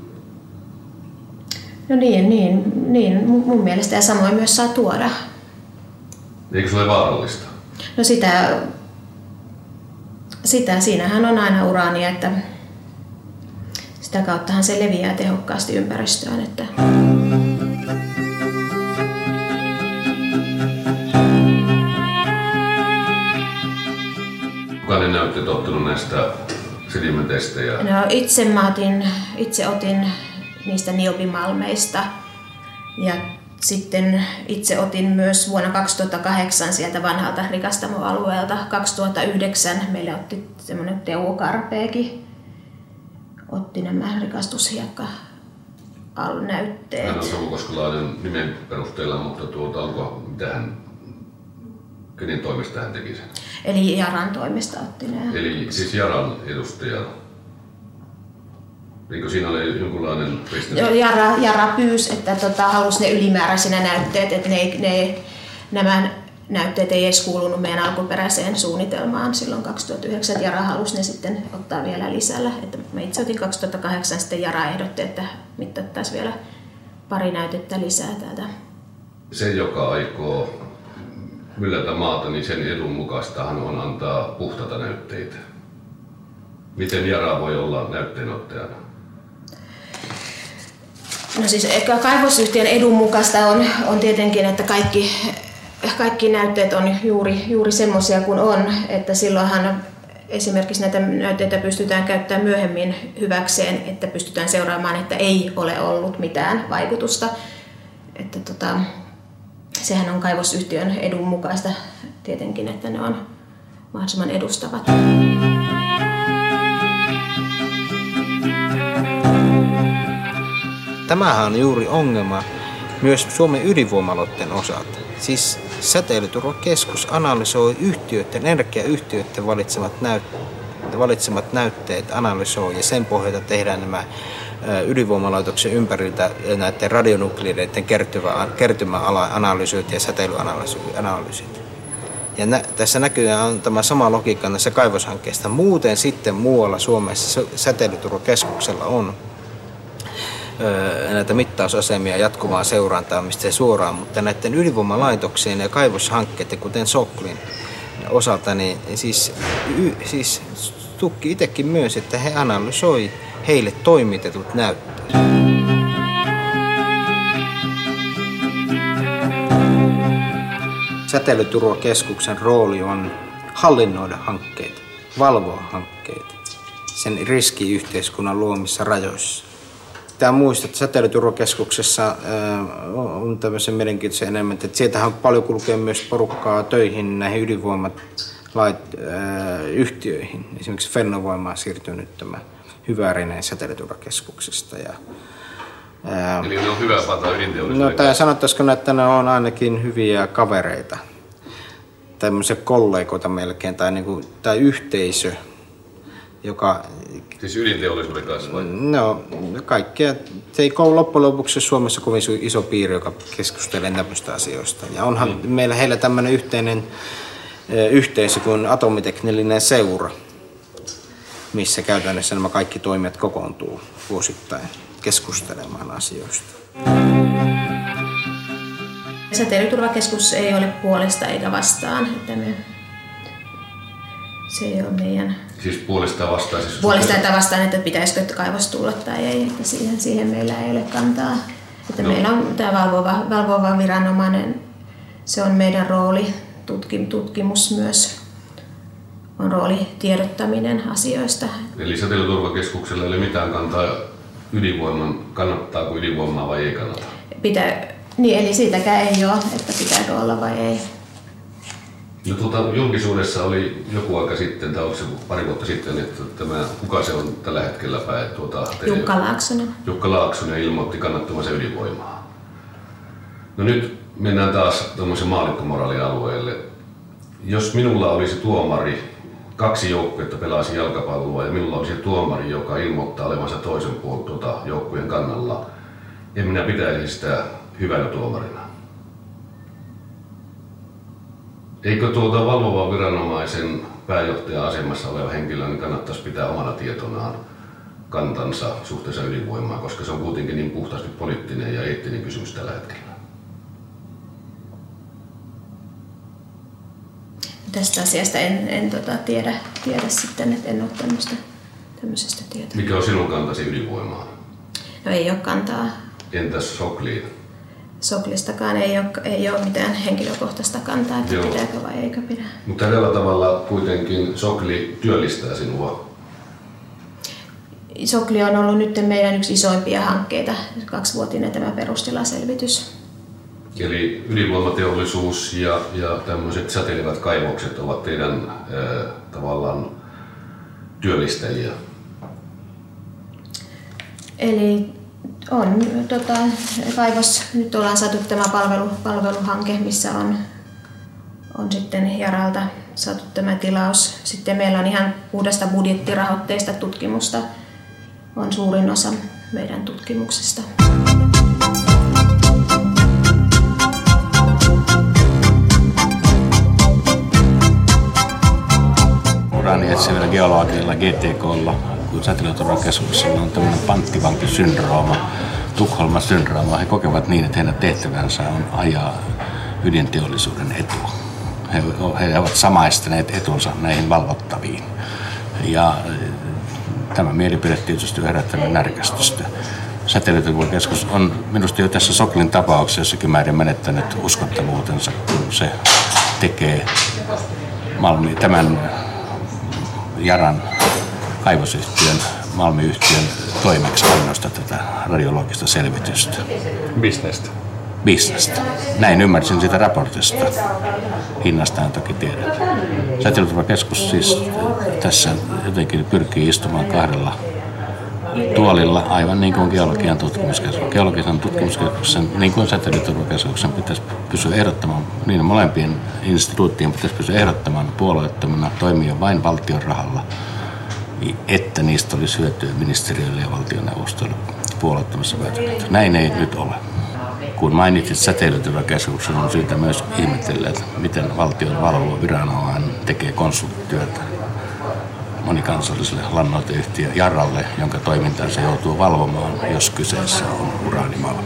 No niin, niin, niin, mun mielestä ja samoin myös saa tuoda. Eikö se ole vaarallista? No sitä, sitä, siinähän on aina uraania, että sitä kauttahan se leviää tehokkaasti ympäristöön. Että kuka ne näytteet ottanut näistä sedimenteistä? Ja... No, itse, mä otin, itse otin niistä niobimalmeista ja sitten itse otin myös vuonna kaksituhattakahdeksan sieltä vanhalta rikastamoalueelta. kaksituhattayhdeksän meille otti semmoinen Teuvo Karpeekin, otti nämä rikastushiekka-näytteet. Hän on savukoskelainen nimen perusteella, mutta tuota, onko mitään, kenen toimesta hän teki sen? Eli Jaran toimesta otti nämä. Eli siis Jaran edustaja. Eikö siinä ole jonkunlainen ristiriita? Jara, Jara pyysi, että tota, halusi ne ylimääräisenä näytteet, että ne, ne, nämä näytteet ei edes kuulunut meidän alkuperäiseen suunnitelmaan silloin kaksituhattayhdeksän. Jara halusi ne sitten ottaa vielä lisällä. Että me itse otin kaksituhattakahdeksan, sitten Jara ehdotti, että mittattaisiin vielä pari näytettä lisää täältä. Se, joka aikoo myllätä maata, niin sen edun mukaistahan on antaa puhtaita näytteitä. Miten Jara voi olla näytteenottajana? No siis kaivosyhtiön edun mukaista on, on tietenkin, että kaikki, kaikki näytteet on juuri, juuri semmoisia kuin on, että silloinhan esimerkiksi näitä näytteitä pystytään käyttämään myöhemmin hyväkseen, että pystytään seuraamaan, että ei ole ollut mitään vaikutusta. Että tota, sehän on kaivosyhtiön edun mukaista tietenkin, että ne on mahdollisimman edustavat. Tämähän on juuri ongelma myös Suomen ydinvoimaloiden osalta. Siis Säteilyturvakeskus analysoi yhtiöiden, energiayhtiöiden valitsemat, näyt, valitsemat näytteet, analysoi ja sen pohjalta tehdään nämä ydinvoimalaitoksen ympäriltä näiden radionukleideiden kertymäanalyysit ja säteilyanalyysit. Ja nä, tässä näkyy on tämä sama logiikka näissä kaivoshankkeissa. Muuten sitten muualla Suomessa Säteilyturvakeskuksella on näitä mittausasemia jatkuvaa seurantaa, mistä se suoraan, mutta näiden ydinvoimalaitoksien ja kaivoshankkeiden, kuten Soklin osalta, niin siis, y, siis tukki itsekin myös, että he analysoi heille toimitetut näytteet. Säteilyturvakeskuksen rooli on hallinnoida hankkeita, valvoa hankkeita, sen riskiyhteiskunnan luomissa rajoissa. Pitää muistaa, että Säteilyturvakeskuksessa on tämmöisen mielenkiintoisen enemmän, että sieltähän paljon kulkee myös porukkaa töihin näihin ydinvoimayhtiöihin. Esimerkiksi Fennovoima on siirtynyt tämä Hyvärinen Säteilyturvakeskuksesta. Ja, ää, Eli ne on hyvä pata ydinteollisuuden. No, tai sanottaisiko, että ne on ainakin hyviä kavereita, tämmöisiä kollegoita melkein, tai, niin kuin, tai yhteisö, joka... Siis ydinteollisuuden kanssa vai? No, kaikkea. Se ei ole loppujen lopuksi Suomessa kovin iso piiri, joka keskustelee tämmöistä asioista. Ja onhan mm. meillä heillä tämmöinen yhteinen yhteisö kuin Atomiteknillinen seura, missä käytännössä nämä kaikki toimijat kokoontuu vuosittain keskustelemaan asioista. Säteilyturvakeskus ei ole puolesta eikä vastaan. Että me, se ei ole meidän... Siis puolesta vastaan? Siis puolesta tai vastaan, että pitäisikö kaivos tulla tai ei. Että siihen, siihen meillä ei ole kantaa. Että no. Meillä on tämä valvova, valvova viranomainen. Se on meidän rooli. Tutkimus myös on rooli tiedottaminen asioista. Eli Säteilyturvakeskuksella ei ole mitään kantaa ydinvoiman, kannattaako ydinvoimaa vai ei kannata? Pitää, niin, eli siitäkään ei ole, että pitääkö olla vai ei. No, tuota, julkisuudessa oli joku aika sitten, tai onko se pari vuotta sitten, että tämä, kuka se on tällä hetkellä päin? Tuota, Jukka Laaksonen. Jukka Laaksonen ilmoitti kannattamansa ydinvoimaa. No nyt mennään taas tuommoisen maallikkomoraalialueelle. Jos minulla olisi tuomari, kaksi joukkuetta pelasi jalkapalloa ja minulla olisi tuomari, joka ilmoittaa olevansa toisen puolen tuota joukkueen kannalla, en minä pitäisi sitä hyvänä tuomarina. Eikö tuota valvovan viranomaisen pääjohtajan asemassa oleva henkilö niin kannattaisi pitää omana tietonaan kantansa suhteessa ydinvoimaan, koska se on kuitenkin niin puhtaasti poliittinen ja eettinen kysymys tällä hetkellä? Tästä asiasta en, en tota, tiedä, tiedä sitten, että en ole tämmöistä, tämmöisestä tietoa. Mikä on sinun kantasi ydinvoimaan? No ei ole kantaa. Entäs Sokliin? Soklistakaan ei ole, ei ole mitään henkilökohtaista kantaa, että Joo. pitääkö vai eikö pidä. Mutta tällä tavalla kuitenkin Sokli työllistää sinua. Sokli on ollut nyt meidän yksi isoimpia hankkeita, kaksivuotinen tämä perustilaselvitys. Eli ydinvoimateollisuus ja, ja tämmöiset säteilevät kaivokset ovat teidän ää, tavallaan työllistäjiä? Eli on tota, kaivos, nyt ollaan saatu tämä palvelu, palveluhanke, missä on, on sitten Jaralta saatu tämä tilaus. Sitten meillä on ihan uudesta budjettirahoitteista tutkimusta, on suurin osa meidän tutkimuksesta. Uraanietsivillä geologilla G T K:lla, kun Säteilyturvakeskuksella on tämmöinen panttivankisyndrooma, Tukholman syndrooma. He kokevat niin, että heidän tehtävänsä on ajaa ydinteollisuuden etua. He, he ovat samaistaneet etunsa näihin valvottaviin. Ja tämä mielipide tietysti on herättänyt närkästystä. Säteilyturvakeskus on minusta jo tässä Soklin tapauksessa jossakin määrin menettänyt uskottavuutensa, kun se tekee Malmi, tämän Jaran kaivosyhtiön, Malmi-yhtiön toimeksiannosta tätä radiologista selvitystä. Bisnestä. Bisnestä. Näin ymmärsin sitä raportista. Hinnastaan toki tiedän. Säteilyturvakeskus siis tässä jotenkin pyrkii istumaan kahdella tuolilla, aivan niin kuin geologian tutkimuskeskuksen. Geologian tutkimuskeskuksen, niin kuin Säteilyturvakeskuksen pitäisi pysyä ehdottoman, niin molempien instituuttien pitäisi pysyä ehdottoman puolueettomana, toimia vain valtion rahalla, että niistä olisi hyötyä ministeriöille ja valtioneuvostolle puolueettomassa päätöksessä. Näin ei nyt ole. Kun mainitsit Säteilyturvakeskuksen, on syytä myös ihmetellä, että miten valtion valvova viranomainen tekee konsulttityötä monikansalliselle lannoiteyhtiö Jarralle, jonka toimintaa se joutuu valvomaan, jos kyseessä on uraanimalmi.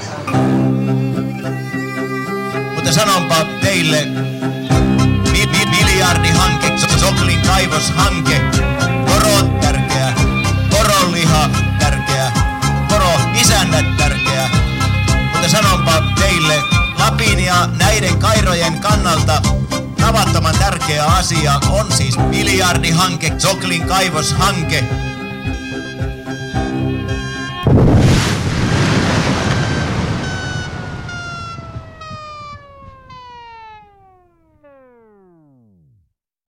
Mutta sanonpa teille, mi- mi- miljardihanke, Soklin kaivoshanke, porot tärkeä, poronliha tärkeä, poroisännät tärkeä. Mutta sanonpa teille, Lapin ja näiden kairojen kannalta tavattoman tärkeä asia on siis miljardihanke, Soklin kaivoshanke,